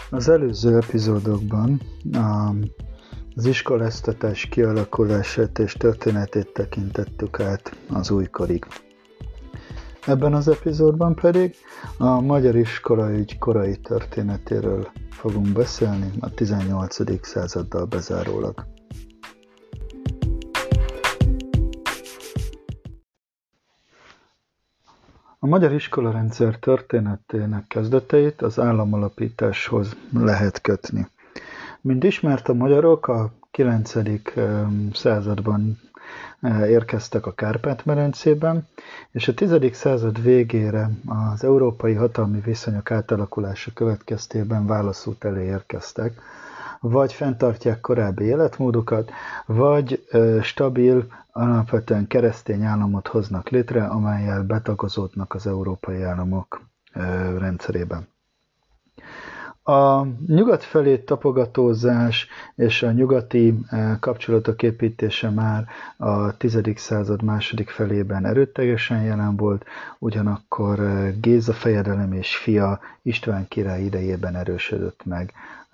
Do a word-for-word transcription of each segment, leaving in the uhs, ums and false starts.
Az előző epizódokban az iskoláztatás kialakulását és történetét tekintettük át az újkorig. Ebben az epizódban pedig a magyar iskolaügy korai történetéről fogunk beszélni a tizennyolcadik századdal bezárólag. A magyar iskolarendszer történetének kezdeteit az államalapításhoz lehet kötni. Mint ismert, a magyarok a kilencedik században érkeztek a Kárpát-medencében, és a tizedik század végére az európai hatalmi viszonyok átalakulása következtében válaszút elé érkeztek. Vagy fenntartják korábbi életmódukat, vagy stabil, alapvetően keresztény államot hoznak létre, amellyel betagozódnak az európai államok rendszerében. A nyugat felé tapogatózás és a nyugati kapcsolatok építése már a tizedik század második felében erőteljesen jelen volt, ugyanakkor Géza fejedelem és fia István király idejében erősödött meg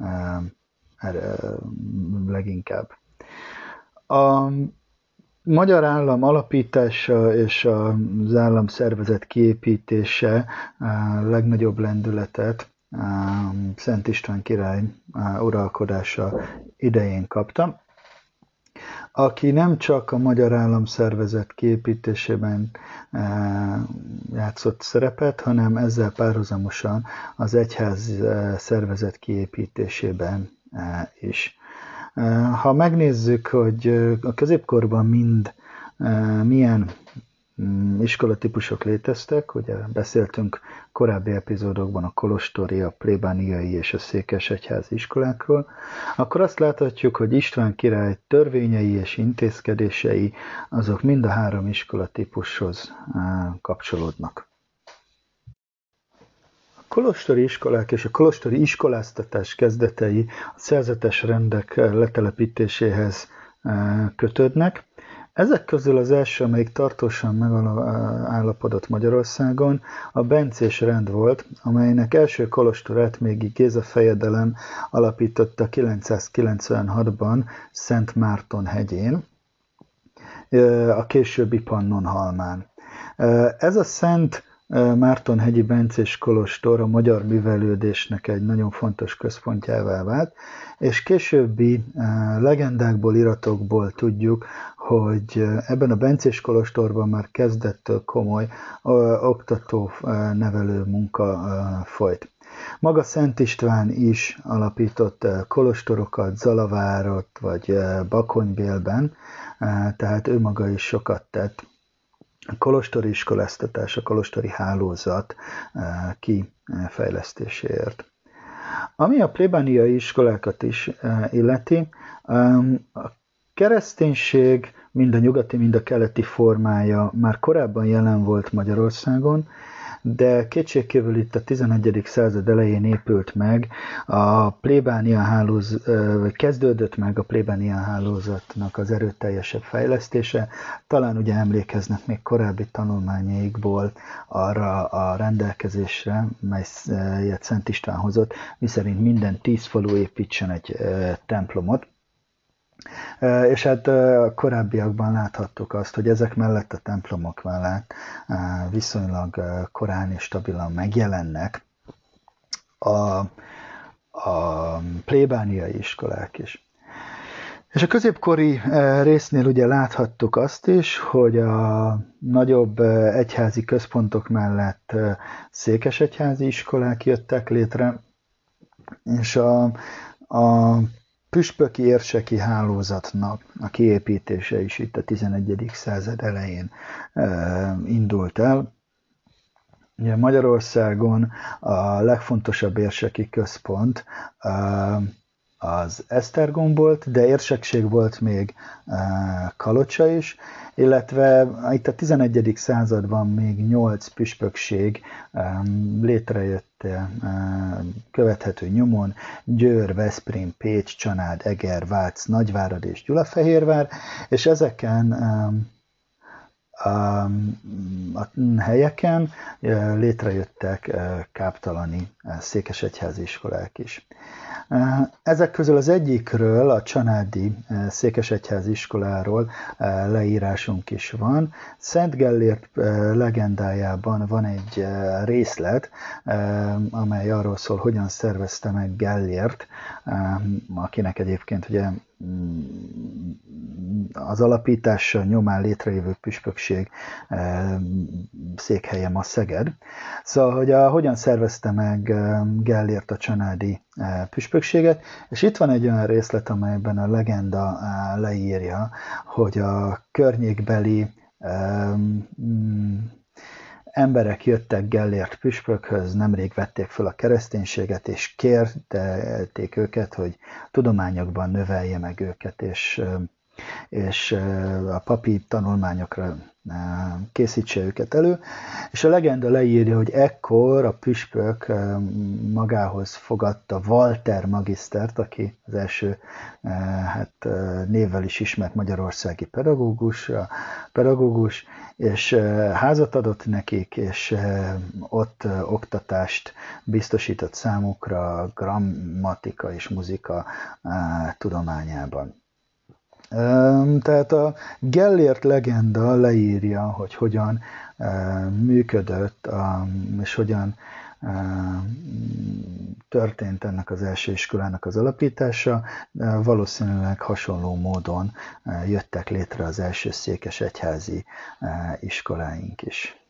leginkább. A magyar állam alapítása és az állam szervezet kiépítése legnagyobb lendületet Szent István király uralkodása idején kapta, aki nem csak a magyar állam szervezet kiépítésében játszott szerepet, hanem ezzel párhuzamosan az egyház szervezet kiépítésében is. Ha megnézzük, hogy a középkorban mind milyen iskolatípusok léteztek, ugye beszéltünk korábbi epizódokban a kolostori, a plébániai és a székesegyházi iskolákról, akkor azt láthatjuk, hogy István király törvényei és intézkedései azok mind a három iskolatípushoz kapcsolódnak. A kolostori iskolák és a kolostori iskoláztatás kezdetei a szerzetes rendek letelepítéséhez kötődnek. Ezek közül az első, amelyik tartósan megállapodott Magyarországon, a bencés rend volt, amelynek első kolostorát még Géza fejedelem alapította kilencszázkilencvenhatban Szent Márton hegyén, a későbbi Pannonhalmán. Ez a Szent Mártonhegyi bencés kolostor a magyar művelődésnek egy nagyon fontos központjává vált, és későbbi legendákból, iratokból tudjuk, hogy ebben a bencés kolostorban már kezdettől komoly oktató-nevelő munka folyt. Maga Szent István is alapított kolostorokat Zalavárot vagy Bakonybélben, tehát ő maga is sokat tett a kolostori iskoláztatás, a kolostori hálózat kifejlesztéséért. Ami a plébániai iskolákat is illeti, a kereszténység mind a nyugati, mind a keleti formája már korábban jelen volt Magyarországon, de kétségkívül itt a tizenegyedik század elején épült meg a plébánia hálózat, vagy kezdődött meg a plébánia hálózatnak az erőteljesebb fejlesztése. Talán ugye emlékeznek még korábbi tanulmányaikból arra a rendelkezésre, melyet Szent István hozott, miszerint minden tíz falu építsen egy templomot. És hát a korábbiakban láthattuk azt, hogy ezek mellett a templomok mellett viszonylag korán és stabilan megjelennek a, a plébániai iskolák is. És a középkori résznél ugye láthattuk azt is, hogy a nagyobb egyházi központok mellett székesegyházi iskolák jöttek létre, és a, a püspöki érseki hálózatnak a kiépítése is itt a tizenegyedik század elején e, indult el. Ugye Magyarországon a legfontosabb érseki központ e, az Esztergom volt, de érsekség volt még e, Kalocsa is, illetve itt a tizenegyedik században még nyolc püspökség e, létrejött követhető nyomon: Győr, Veszprém, Pécs, Csanád, Eger, Vác, Nagyvárad és Gyulafehérvár, és ezeken a helyeken létrejöttek káptalani székesegyházi iskolák is. Ezek közül az egyikről, a csanádi székesegyházi iskoláról leírásunk is van. Szent Gellért legendájában van egy részlet, amely arról szól, hogyan szervezte meg Gellért, akinek egyébként ugye az alapítása nyomán létrejövő püspökség székhelye ma Szeged. Szóval, hogy a, hogyan szervezte meg Gellért a csanádi püspökséget, és itt van egy olyan részlet, amelyben a legenda leírja, hogy a környékbeli emberek jöttek Gellért püspökhöz, nemrég vették fel a kereszténységet, és kérték őket, hogy tudományokban növelje meg őket, és, és a papi tanulmányokra készítse őket elő. És a legenda leírja, hogy ekkor a püspök magához fogadta Walter magisztert, aki az első hát, névvel is ismert magyarországi pedagógus, pedagógus, és házat adott nekik, és ott oktatást biztosított számukra grammatika és muzika tudományában. Tehát a Gellért legenda leírja, hogy hogyan működött, és hogyan történt ennek az első iskolának az alapítása. Valószínűleg hasonló módon jöttek létre az első székesegyházi iskoláink is.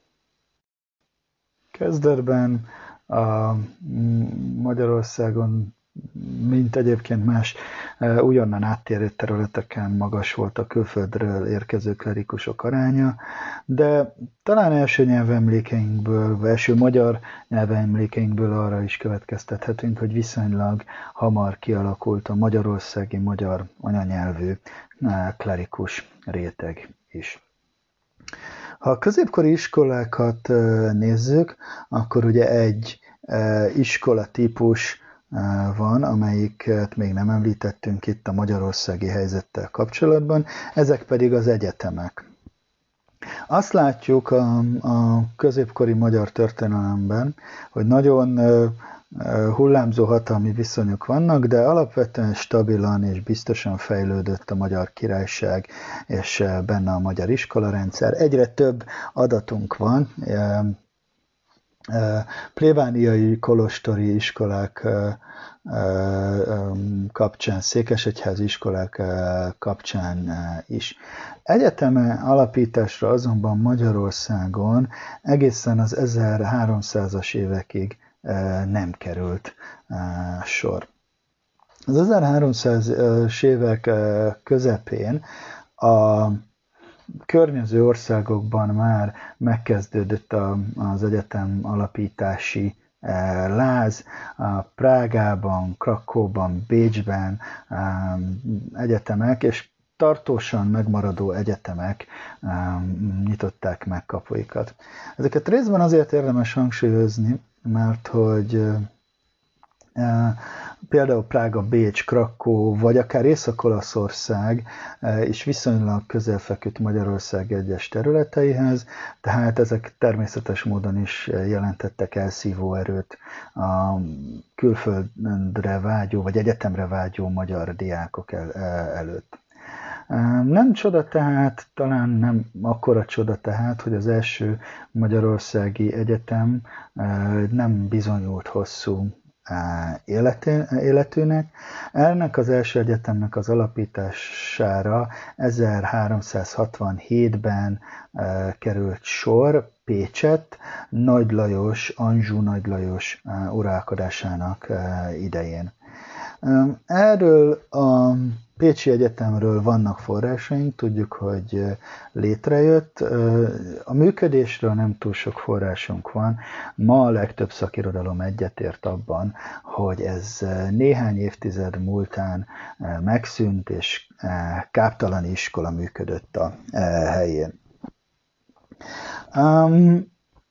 Kezdetben a Magyarországon, mint egyébként más újonnan áttérő területeken magas volt a külföldről érkező klerikusok aránya, de talán első nyelvemlékeinkből, első magyar nyelvemlékeinkből arra is következtethetünk, hogy viszonylag hamar kialakult a magyarországi magyar anyanyelvű klerikus réteg is. Ha a középkori iskolákat nézzük, akkor ugye egy iskolatípus van, amelyiket még nem említettünk itt a magyarországi helyzettel kapcsolatban, ezek pedig az egyetemek. Azt látjuk a, a középkori magyar történelemben, hogy nagyon hullámzó hatalmi viszonyok vannak, de alapvetően stabilan és biztosan fejlődött a Magyar Királyság és benne a magyar iskolarendszer. Egyre több adatunk van, plébániai kolostori iskolák kapcsán, székesegyházi iskolák kapcsán is. Egyeteme alapításra azonban Magyarországon egészen az ezerháromszázas évekig nem került sor. Az ezerháromszázas évek közepén a környező országokban már megkezdődött az egyetem alapítási láz, a Prágában, Krakóban, Bécsben egyetemek, és tartósan megmaradó egyetemek nyitották meg kapuikat. Ezeket részben azért érdemes hangsúlyozni, mert hogy például Prága, Bécs, Krakó, vagy akár Észak-Olaszország is viszonylag közel feküdt Magyarország egyes területeihez, tehát ezek természetes módon is jelentettek elszívó erőt a külföldre vágyó, vagy egyetemre vágyó magyar diákok el, előtt. Nem csoda tehát, talán nem akkora csoda tehát, hogy az első magyarországi egyetem nem bizonyult hosszú életűnek. Ennek az első egyetemnek az alapítására ezerháromszázhatvanhétben került sor Pécsett Nagy Lajos, Anjou Nagy Lajos uralkodásának idején. Erről a Pécsi Egyetemről vannak forrásaink, tudjuk, hogy létrejött. A működésről nem túl sok forrásunk van. Ma a legtöbb szakirodalom egyetért abban, hogy ez néhány évtized múltán megszűnt, és káptalani iskola működött a helyén.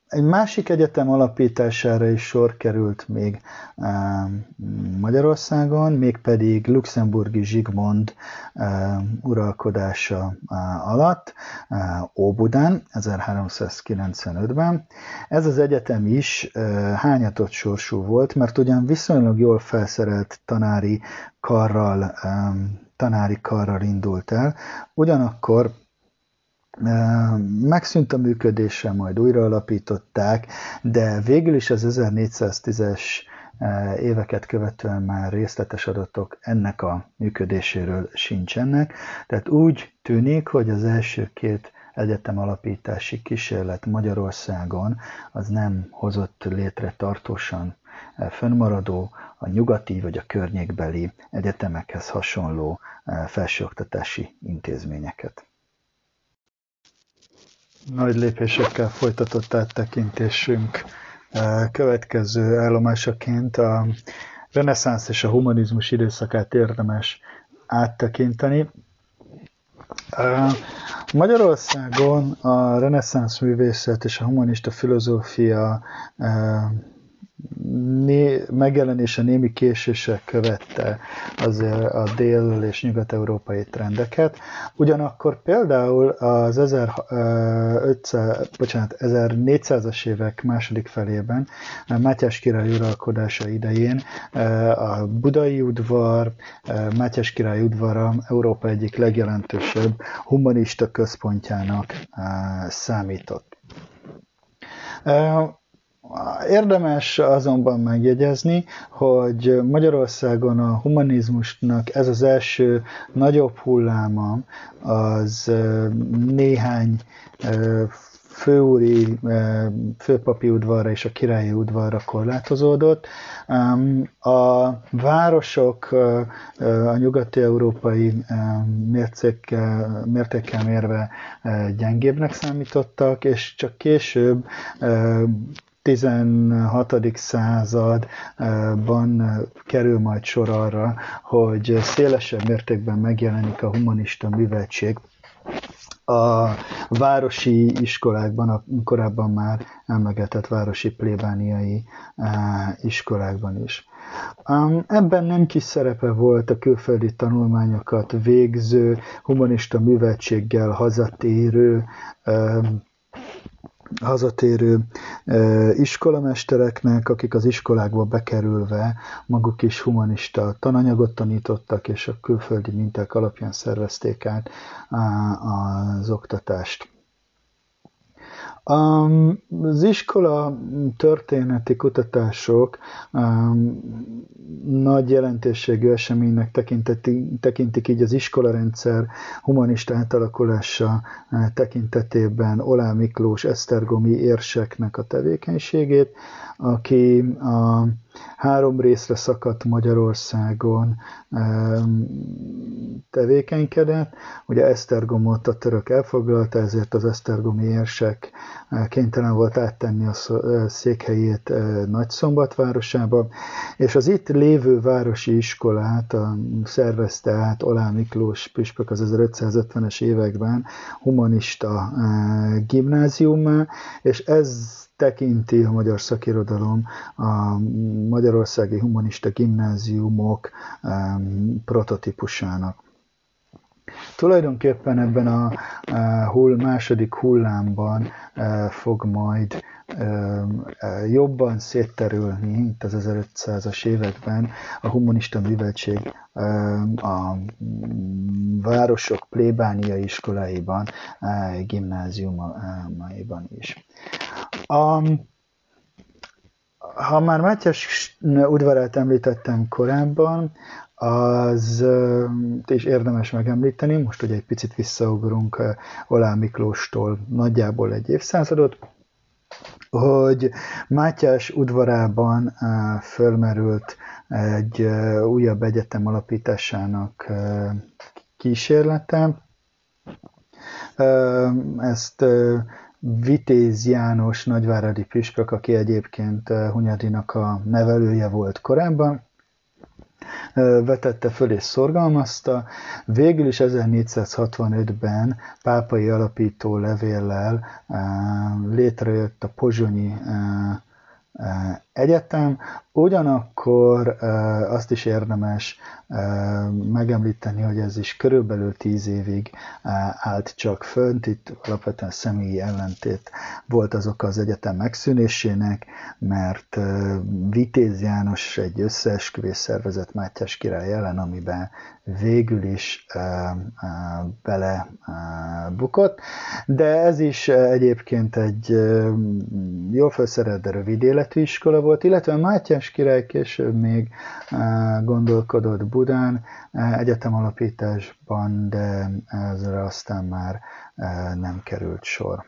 Egy másik egyetem alapítására is sor került még Magyarországon, mégpedig Luxemburgi Zsigmond uralkodása alatt, Óbudán, ezerháromszázkilencvenötben. Ez az egyetem is hányatott sorsú volt, mert ugyan viszonylag jól felszerelt tanári karral, tanári karral indult el, ugyanakkor megszűnt a működése, majd újra alapították, de végül is az ezernégyszáztízes éveket követően már részletes adatok ennek a működéséről sincsenek. Tehát úgy tűnik, hogy az első két egyetem alapítási kísérlet Magyarországon az nem hozott létre tartósan fönnmaradó, a nyugati vagy a környékbeli egyetemekhez hasonló felsőoktatási intézményeket. Nagy lépésekkel folytatott áttekintésünk következő állomásaként a reneszánsz és a humanizmus időszakát érdemes áttekinteni. Magyarországon a reneszánsz művészet és a humanista filozófia né, megjelenése némi késéssel követte azért a dél- és nyugat-európai trendeket. Ugyanakkor például az ezerötszáz, bocsánat, ezernégyszázas évek második felében, Mátyás király uralkodása idején a budai udvar, Mátyás király udvara Európa egyik legjelentősebb humanista központjának számított. Érdemes azonban megjegyezni, hogy Magyarországon a humanizmusnak ez az első nagyobb hulláma az néhány főúri, főpapi udvarra és a királyi udvarra korlátozódott. A városok a nyugati-európai mértékkel, mértékkel mérve gyengébbnek számítottak, és csak később tizenhatodik században kerül majd sor arra, hogy szélesebb mértékben megjelenik a humanista műveltség a városi iskolákban, a korábban már emlegetett városi plébániai iskolákban is. Ebben nem kis szerepe volt a külföldi tanulmányokat végző, humanista műveltséggel hazatérő hazatérő iskolamenstereknek, akik az iskolákba bekerülve maguk is humanista tananyagot tanítottak, és a külföldi minták alapján szervezték át az oktatást. Az iskola történeti kutatások nagy jelentőségű eseménynek tekintik így az iskolarendszer humanista átalakulása tekintetében Oláh Miklós esztergomi érseknek a tevékenységét, aki a három részre szakadt Magyarországon tevékenykedett. Ugye Esztergomot a török elfoglalta, ezért az esztergomi érsek kénytelen volt áttenni a székhelyét Nagyszombat városába, és az itt lévő városi iskolát szervezte át Oláh Miklós püspök az ezerötszázötvenes években humanista gimnáziummá, és ez tekinti a magyar szakirodalom a magyarországi humanista gimnáziumok um, prototípusának. Tulajdonképpen ebben a, a hull, második hullámban uh, fog majd uh, uh, jobban szétterülni, mint az ezerötszázas években a humanista műveltség uh, a városok plébániai iskoláiban, uh, gimnáziumaiban is. A, ha már Mátyás udvarát említettem korábban, az is érdemes megemlíteni, most ugye egy picit visszaugrunk Oláh Miklóstól nagyjából egy évszázadot, hogy Mátyás udvarában fölmerült egy újabb egyetem alapításának kísérlete. Ezt Vitéz János nagyváradi püspök, aki egyébként Hunyadinak a nevelője volt korábban, vetette föl és szorgalmazta. Végül is ezernégyszázhatvanötben pápai alapító levéllel létrejött a pozsonyi egyetem, ugyanakkor azt is érdemes megemlíteni, hogy ez is körülbelül tíz évig állt csak fönt, itt alapvetően személyi ellentét volt az oka az egyetem megszűnésének, mert Vitéz János egy összeesküvés szervezett Mátyás király ellen, amiben végül is bele bukott, de ez is egyébként egy jól felszerelt, de rövid életű iskola volt, illetve Mátyás király később még gondolkodott Budán egyetemalapításban, de ezre aztán már nem került sor.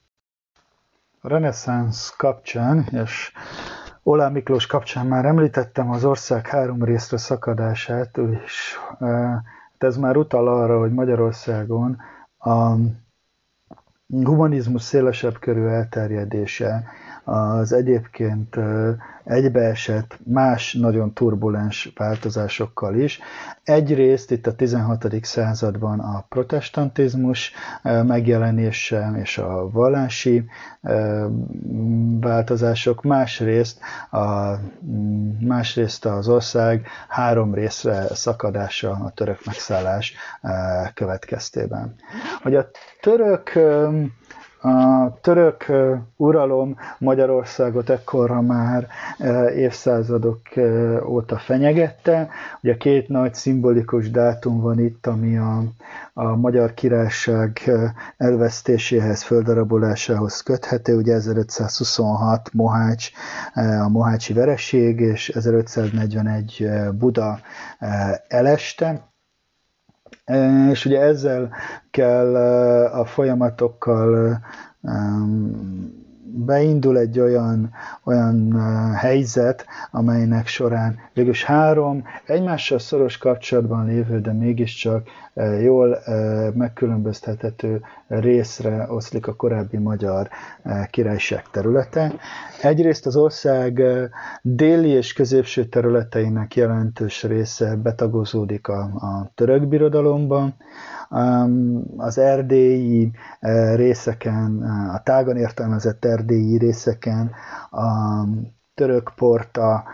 A reneszánsz kapcsán, és Oláh Miklós kapcsán már említettem az ország három részre szakadását, és ez már utal arra, hogy Magyarországon a humanizmus szélesebb körű elterjedése az egyébként egybeesett más nagyon turbulens változásokkal is. Egyrészt itt a tizenhatodik században a protestantizmus megjelenése és a vallási változások, másrészt, a, másrészt az ország három részre szakadása a török megszállás következtében. Hogy a török A török uralom Magyarországot ekkorra már évszázadok óta fenyegette. Ugye két nagy szimbolikus dátum van itt, ami a, a Magyar Királyság elvesztéséhez, földarabolásához köthető. Ugye ezerötszázhuszonhat Mohács, a mohácsi vereség, és ezerötszáznegyvenegy Buda eleste. És ugye ezzel kell a folyamatokkal beindul egy olyan, olyan helyzet, amelynek során végülis három egymással szoros kapcsolatban lévő, de mégiscsak jól megkülönböztethető részre oszlik a korábbi magyar királyság területe. Egyrészt az ország déli és középső területeinek jelentős része betagozódik a, a török birodalomban, az erdélyi részeken, a tágan értelmezett erdélyi részeken, a török porta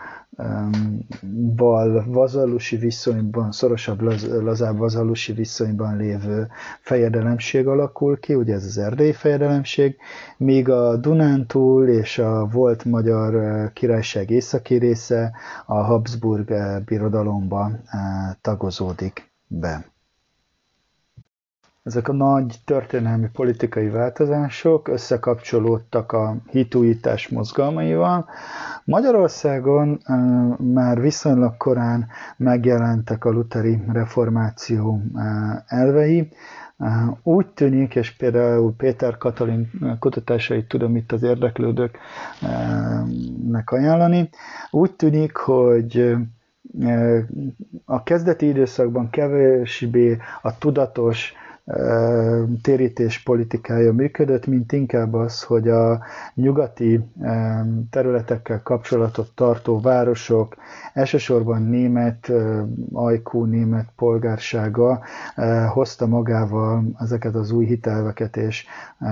val vazallusi viszonyban, szorosabb, laz, lazább vazallusi viszonyban lévő fejedelemség alakul ki, ugye ez az erdélyi fejedelemség, míg a Dunántúl és a volt magyar királyság északi része a Habsburg birodalomba tagozódik be. Ezek a nagy történelmi politikai változások összekapcsolódtak a hitújítás mozgalmaival. Magyarországon már viszonylag korán megjelentek a lutheri reformáció elvei. Úgy tűnik, és például Péter Katalin kutatásait tudom itt az érdeklődőknek ajánlani, úgy tűnik, hogy a kezdeti időszakban kevésbé a tudatos térítés politikája működött, mint inkább az, hogy a nyugati területekkel kapcsolatot tartó városok, elsősorban német, ajkú német polgársága hozta magával ezeket az új hitelveket, és,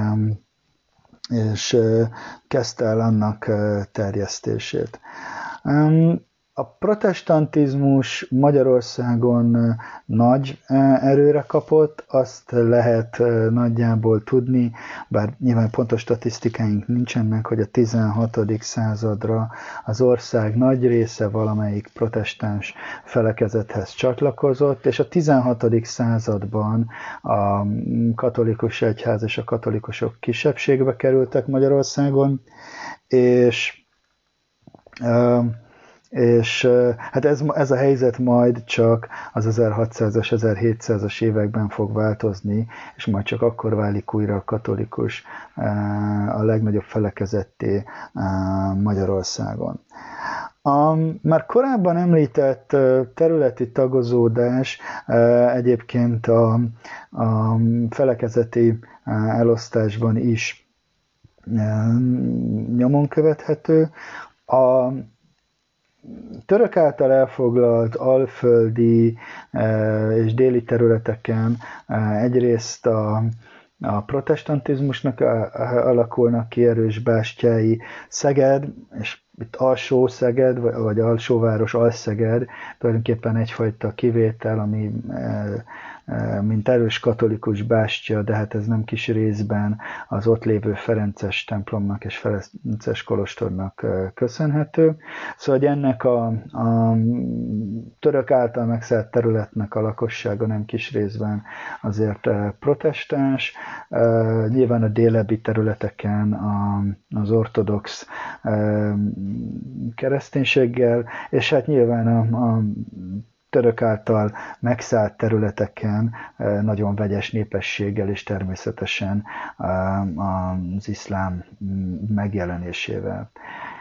és kezdte el annak terjesztését. A protestantizmus Magyarországon nagy erőre kapott, azt lehet nagyjából tudni, bár nyilván pontos statisztikáink nincsenek, hogy a tizenhatodik századra az ország nagy része valamelyik protestáns felekezethez csatlakozott, és a tizenhatodik században a katolikus egyház és a katolikusok kisebbségbe kerültek Magyarországon, és és hát ez, ez a helyzet majd csak az ezerhatszázas, ezerhétszázas években fog változni, és majd csak akkor válik újra a katolikus a legnagyobb felekezetté Magyarországon. A már korábban említett területi tagozódás egyébként a, a felekezeti elosztásban is nyomon követhető. A török által elfoglalt alföldi és déli területeken egyrészt a, a protestantizmusnak alakulnak ki erős bástyái. Szeged, és itt alsó Szeged, vagy alsóváros Alszeged tulajdonképpen egyfajta kivétel, ami mint erős katolikus bástya, de hát ez nem kis részben az ott lévő Ferences templomnak és Ferences kolostornak köszönhető. Szóval hogy ennek a, a török által megszállt területnek a lakossága nem kis részben azért protestáns. Nyilván a délebbi területeken az ortodox kereszténységgel, és hát nyilván a, a török által megszállt területeken nagyon vegyes népességgel és természetesen az iszlám megjelenésével.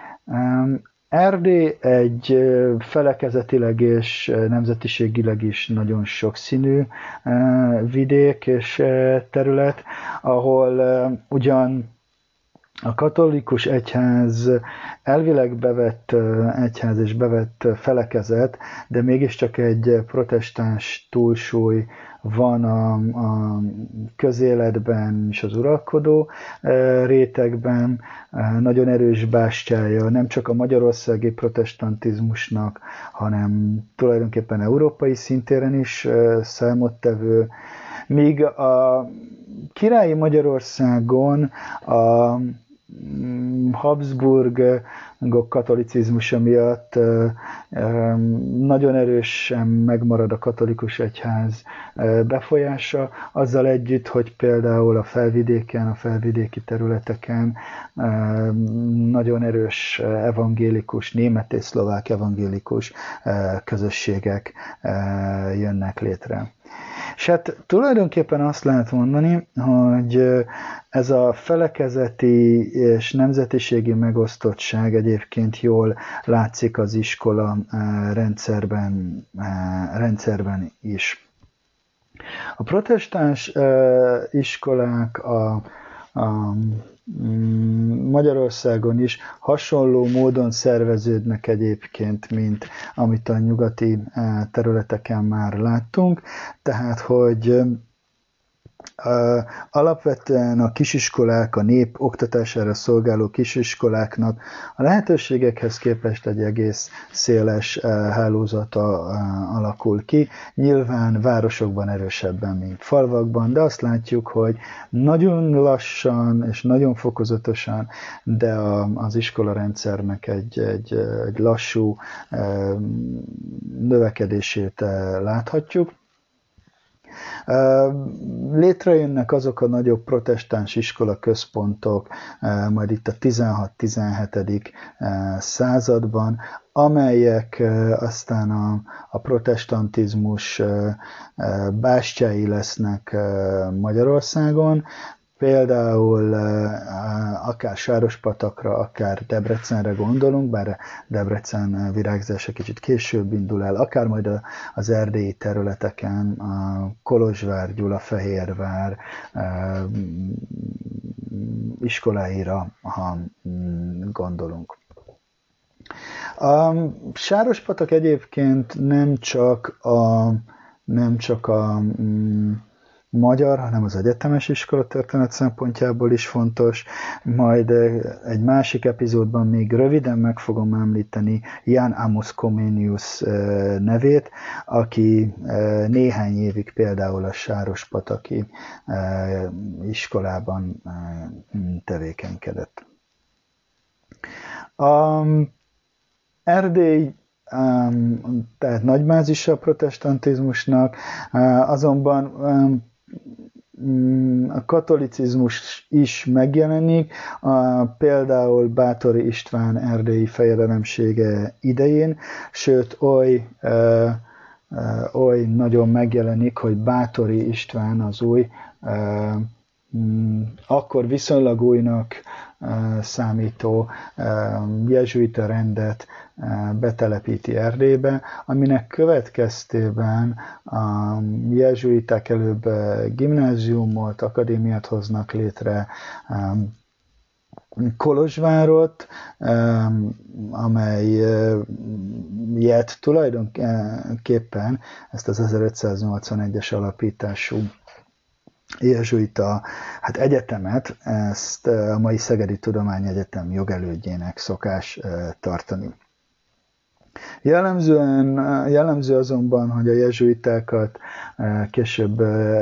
Erdély egy felekezetileg és nemzetiségileg is nagyon sokszínű vidék és terület, ahol ugyan a katolikus egyház elvileg bevett egyház és bevett felekezet, de mégiscsak egy protestáns túlsúly van a, a közéletben és az uralkodó rétegben. Nagyon erős bástyája nem csak a magyarországi protestantizmusnak, hanem tulajdonképpen európai szintéren is számottevő. Míg a királyi Magyarországon a Habsburgok katolicizmusa miatt nagyon erősen megmarad a katolikus egyház befolyása, azzal együtt, hogy például a felvidéken, a felvidéki területeken nagyon erős evangélikus, német és szlovák evangélikus közösségek jönnek létre. És hát tulajdonképpen azt lehet mondani, hogy ez a felekezeti és nemzetiségi megosztottság egyébként jól látszik az iskola rendszerben, rendszerben is. A protestáns iskolák a, a Magyarországon is hasonló módon szerveződnek egyébként, mint amit a nyugati területeken már láttunk, tehát hogy alapvetően a kisiskolák, a nép oktatására szolgáló kisiskoláknak a lehetőségekhez képest egy egész széles hálózata alakul ki. Nyilván városokban erősebben, mint falvakban, de azt látjuk, hogy nagyon lassan és nagyon fokozatosan, de az iskolarendszernek egy, egy, egy lassú növekedését láthatjuk. Létrejönnek azok a nagyobb protestáns iskola központok, majd itt a tizenhat-tizenhetedik században, amelyek aztán a, a protestantizmus bástyái lesznek Magyarországon. Például akár Sárospatakra, akár Debrecenre gondolunk, bár Debrecen virágzása kicsit később indul el, akár majd az erdélyi területeken, a Kolozsvár, Gyulafehérvár iskoláira, ha gondolunk. A Sárospatak egyébként nem csak a, nem csak a magyar, hanem az egyetemes iskola történet szempontjából is fontos. Majd egy másik epizódban még röviden meg fogom említeni Jan Amos Comenius nevét, aki néhány évig például a sárospataki iskolában tevékenykedett. A Erdély tehát nagybázisa a protestantizmusnak, azonban a katolicizmus is megjelenik, a, például Báthori István erdélyi fejedelemsége idején, sőt oly, ö, ö, oly nagyon megjelenik, hogy Báthori István az új, ö, akkor viszonylag újnak számító jezsuita rendet betelepíti Erdélybe, aminek következtében a jezsuiták előbb gimnáziumot, akadémiát hoznak létre, Kolozsvárot, amelyet tulajdonképpen ezt az ezerötszáznyolcvanegyes alapítású jezsuita hát egyetemet, ezt a mai Szegedi Tudományegyetem jogelődjének szokás tartani. Jellemzően, jellemző azonban, hogy a jezsuitákat később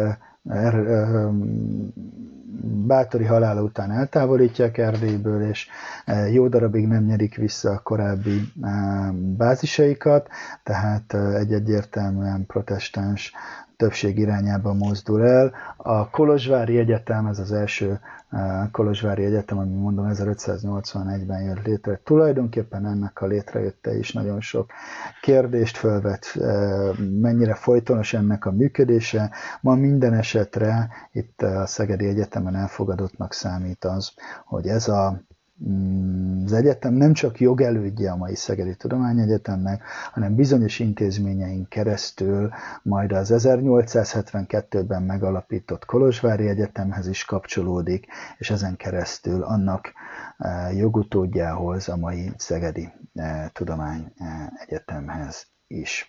Báthory halála után eltávolítják Erdélyből, és jó darabig nem nyerik vissza a korábbi bázisaikat, tehát egy egyértelműen protestáns többség irányába mozdul el. A Kolozsvári Egyetem, ez az első Kolozsvári Egyetem, ami mondom ezerötszáznyolcvanegyben jött létre. Tulajdonképpen ennek a létrejötte is nagyon sok kérdést felvet, mennyire folytonos ennek a működése. Ma minden esetre itt a Szegedi Egyetemen elfogadottnak számít az, hogy ez a az egyetem nem csak jogelődje a mai Szegedi Tudományegyetemnek, hanem bizonyos intézményein keresztül majd az ezernyolcszázhetvenkettőben megalapított Kolozsvári Egyetemhez is kapcsolódik, és ezen keresztül annak jogutódjához, a mai Szegedi Tudományegyetemhez is.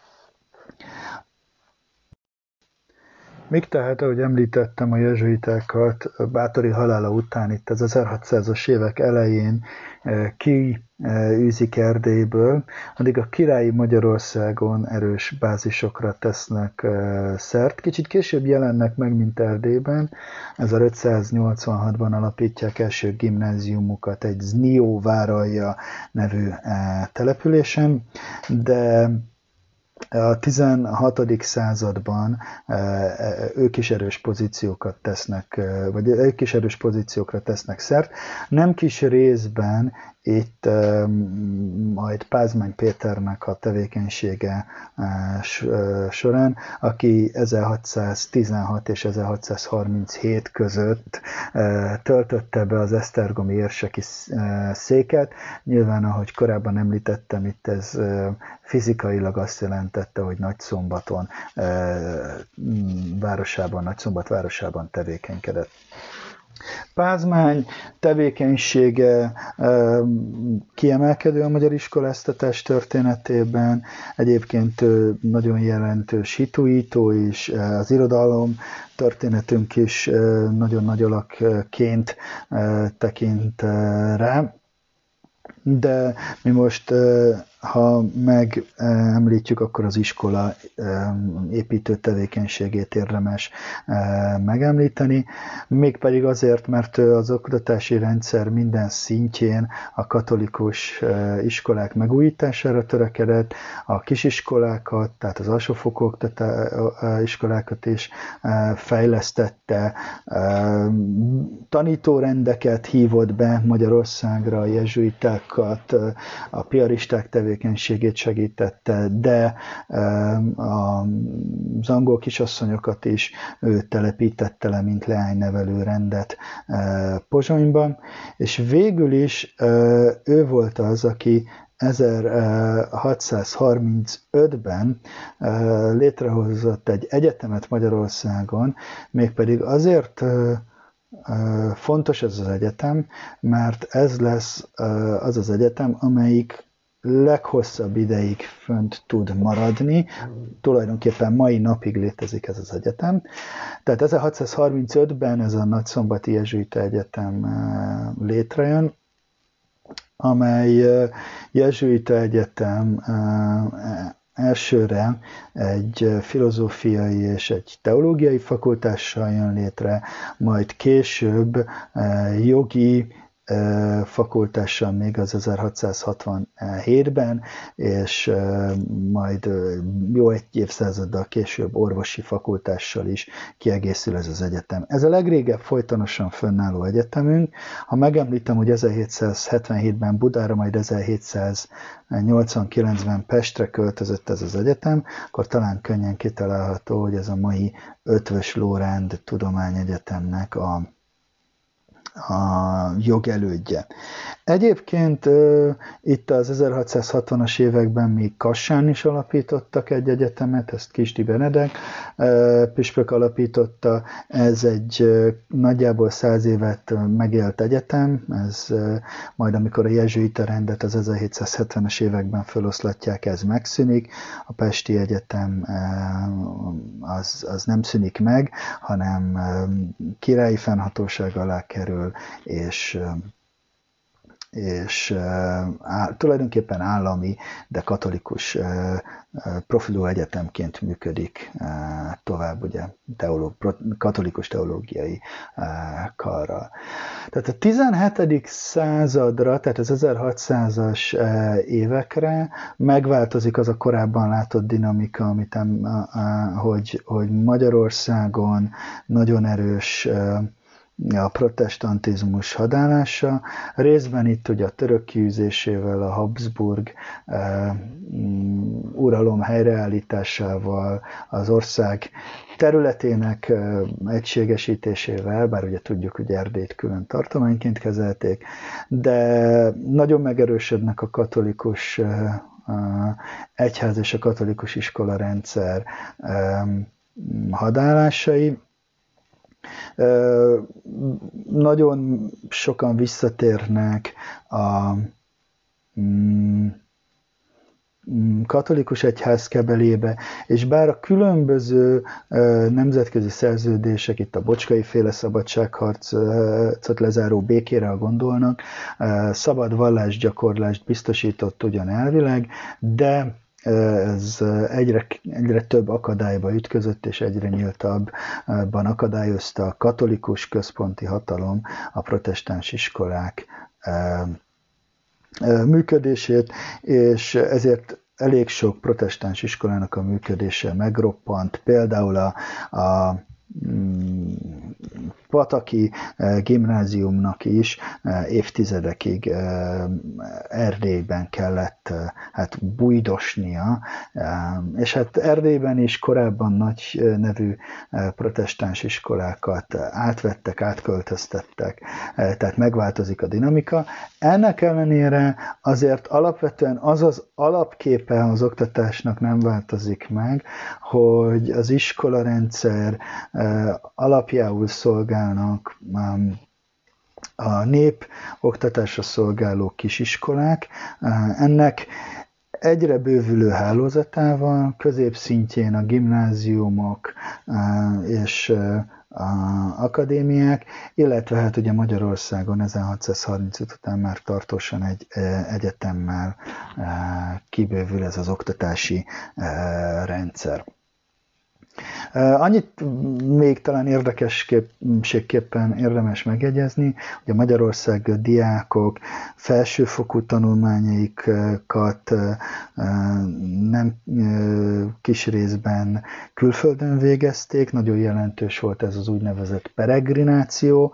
Míg tehát, ahogy említettem, a jezsuitákat Báthory halála után itt az ezerhatszázas évek elején kiűzik Erdélyből, addig a királyi Magyarországon erős bázisokra tesznek szert. Kicsit később jelennek meg, mint Erdélyben. ezerötszáznyolcvanhatban alapítják első gimnáziumukat egy Znióváralja nevű településen, de a tizenhatodik században ők is erős pozíciókat tesznek, vagy ők is erős pozíciókra tesznek szert. Nem kis részben itt majd Pázmány Péternek a tevékenysége során, aki ezerhatszáztizenhat és ezerhatszázharminchét között töltötte be az esztergomi érseki széket. Nyilván, ahogy korábban említettem, itt ez fizikailag azt jelentette, hogy Nagyszombaton városában, Nagyszombat városában tevékenykedett. Pázmány tevékenysége kiemelkedő a magyar iskoláztatás történetében, egyébként nagyon jelentős hitújító is, az irodalom történetünk is nagyon nagy alakként tekint rá, de mi most, ha megemlítjük, akkor az iskola építő tevékenységét érdemes megemlíteni, mégpedig azért, mert az oktatási rendszer minden szintjén a katolikus iskolák megújítására törekedett, a kisiskolákat, tehát az alsófokú iskolákat is fejlesztette, tanítórendeket hívott be Magyarországra, a jezsuitákat, a piaristák tevékenységét segítette, de az angol kisasszonyokat is ő telepítette le, mint leánynevelő rendet Pozsonyban, és végül is ő volt az, aki ezerhatszázharmincötben létrehozott egy egyetemet Magyarországon, mégpedig azért fontos ez az egyetem, mert ez lesz az az egyetem, amelyik leghosszabb ideig fönt tud maradni, tulajdonképpen mai napig létezik ez az egyetem. Tehát ezerhatszázharmincötben ez a Nagyszombati Jezsuita Egyetem létrejön, amely jezsuita egyetem elsőre egy filozófiai és egy teológiai fakultással jön létre, majd később jogi fakultással még az ezerhatszázhatvanhétben, és majd jó egy évszázaddal később orvosi fakultással is kiegészül ez az egyetem. Ez a legrégebb folytonosan fönnálló egyetemünk. Ha megemlítem, hogy ezerhétszázhetvenhétben Budára, majd ezerhétszáznyolcvankilencben Pestre költözött ez az egyetem, akkor talán könnyen kitalálható, hogy ez a mai Eötvös Loránd Tudományegyetemnek a a jogelődje. Egyébként uh, itt az ezerhatszázhatvanas években még Kassán is alapítottak egy egyetemet, ezt Kisti Benedek uh, püspök alapította, ez egy uh, nagyjából száz évet megélt egyetem, ez uh, majd amikor a jezsuita rendet az ezerhétszázhetvenes években feloszlatják, ez megszűnik, a Pesti Egyetem uh, az, az nem szűnik meg, hanem uh, királyi fennhatóság alá kerül, és uh, és á, tulajdonképpen állami, de katolikus profilú egyetemként működik tovább, ugye, teológ, katolikus teológiai karral. Tehát a tizenhetedik századra, tehát az ezerhatszázas évekre megváltozik az a korábban látott dinamika, amit, hogy, hogy Magyarországon nagyon erős a protestantizmus hadállása, részben itt ugye a török kiűzésével, a Habsburg uh, uralom helyreállításával, az ország területének uh, egységesítésével, bár ugye tudjuk, hogy Erdélyt külön tartományként kezelték, de nagyon megerősödnek a katolikus uh, uh, egyház és a katolikus iskolarendszer um, hadállásai. Nagyon sokan visszatérnek a katolikus egyház kebelébe, és bár a különböző nemzetközi szerződések, itt a Bocskai féle szabadságharcot lezáró békére gondolnak, szabad vallásgyakorlást biztosított ugyan elvileg, de ez egyre, egyre több akadályba ütközött, és egyre nyíltabban akadályozta a katolikus központi hatalom a protestáns iskolák működését, és ezért elég sok protestáns iskolának a működése megroppant, például a, a Pataki gimnáziumnak is évtizedekig Erdélyben kellett hát bújdosnia, és hát Erdélyben is korábban nagy nevű protestáns iskolákat átvettek, átköltöztettek, tehát megváltozik a dinamika. Ennek ellenére azért alapvetően az az alapképe az oktatásnak nem változik meg, hogy az iskolarendszer alapjául szolgálnak a nép oktatásra szolgáló kisiskolák. Ennek egyre bővülő hálózatával, középszintjén a gimnáziumok és a akadémiák, illetve hát ugye Magyarországon ezerhatszázharmincöt után már tartósan egy egyetemmel kibővül ez az oktatási rendszer. Annyit még talán érdekességképpen érdemes megjegyezni, hogy a Magyarország diákok felsőfokú tanulmányaikat nem kis részben külföldön végezték, nagyon jelentős volt ez az úgynevezett peregrináció,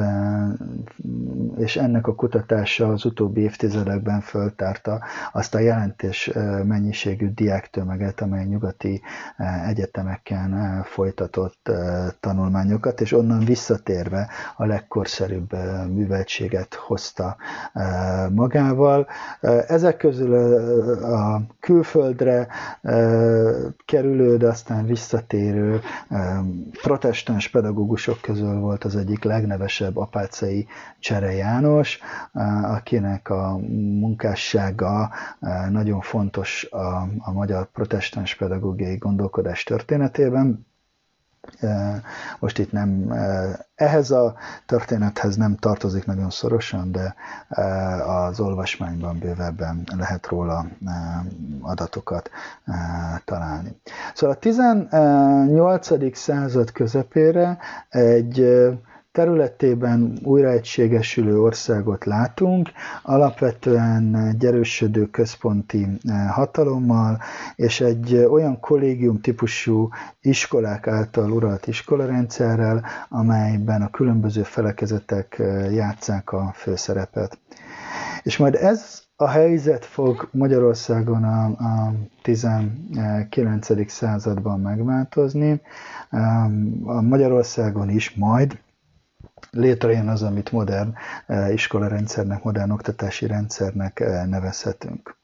és ennek a kutatása az utóbbi évtizedekben föltárta azt a jelentős mennyiségű diáktömeget, amely nyugati egyetemeken folytatott tanulmányokat, és onnan visszatérve a legkorszerűbb műveltséget hozta magával. Ezek közül a külföldre kerülő, de aztán visszatérő protestáns pedagógusok közül volt az egyik legnevesebb Apáczai Csere János, akinek a munkássága nagyon fontos a, a magyar protestáns pedagógiai gondolkodás történetében. Most itt nem, ehhez a történethez nem tartozik nagyon szorosan, de az olvasmányban bővebben lehet róla adatokat találni. Szóval a tizennyolcadik század közepére egy területében újraegységesülő országot látunk, alapvetően gyerősödő központi hatalommal, és egy olyan kollégium típusú iskolák által uralt iskolarendszerrel, amelyben a különböző felekezetek játsszák a főszerepet. És majd ez a helyzet fog Magyarországon a, a tizenkilencedik században megváltozni. A Magyarországon is majd létrejön az, amit modern iskolarendszernek, modern oktatási rendszernek nevezhetünk.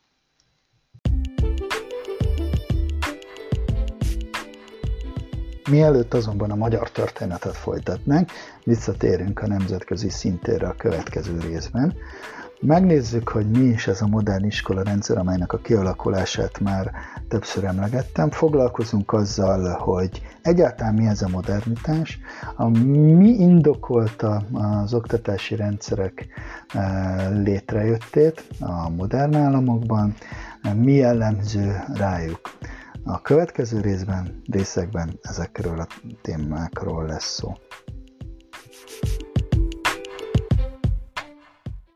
Mielőtt azonban a magyar történetet folytatnánk, visszatérünk a nemzetközi szintérre a következő részben. Megnézzük, hogy mi is ez a modern iskolarendszer, amelynek a kialakulását már többször emlegettem. Foglalkozunk azzal, hogy egyáltalán mi ez a modernitás, a mi indokolta az oktatási rendszerek létrejöttét a modern államokban, mi jellemző rájuk. A következő részben, részekben ezekről a témákról lesz szó.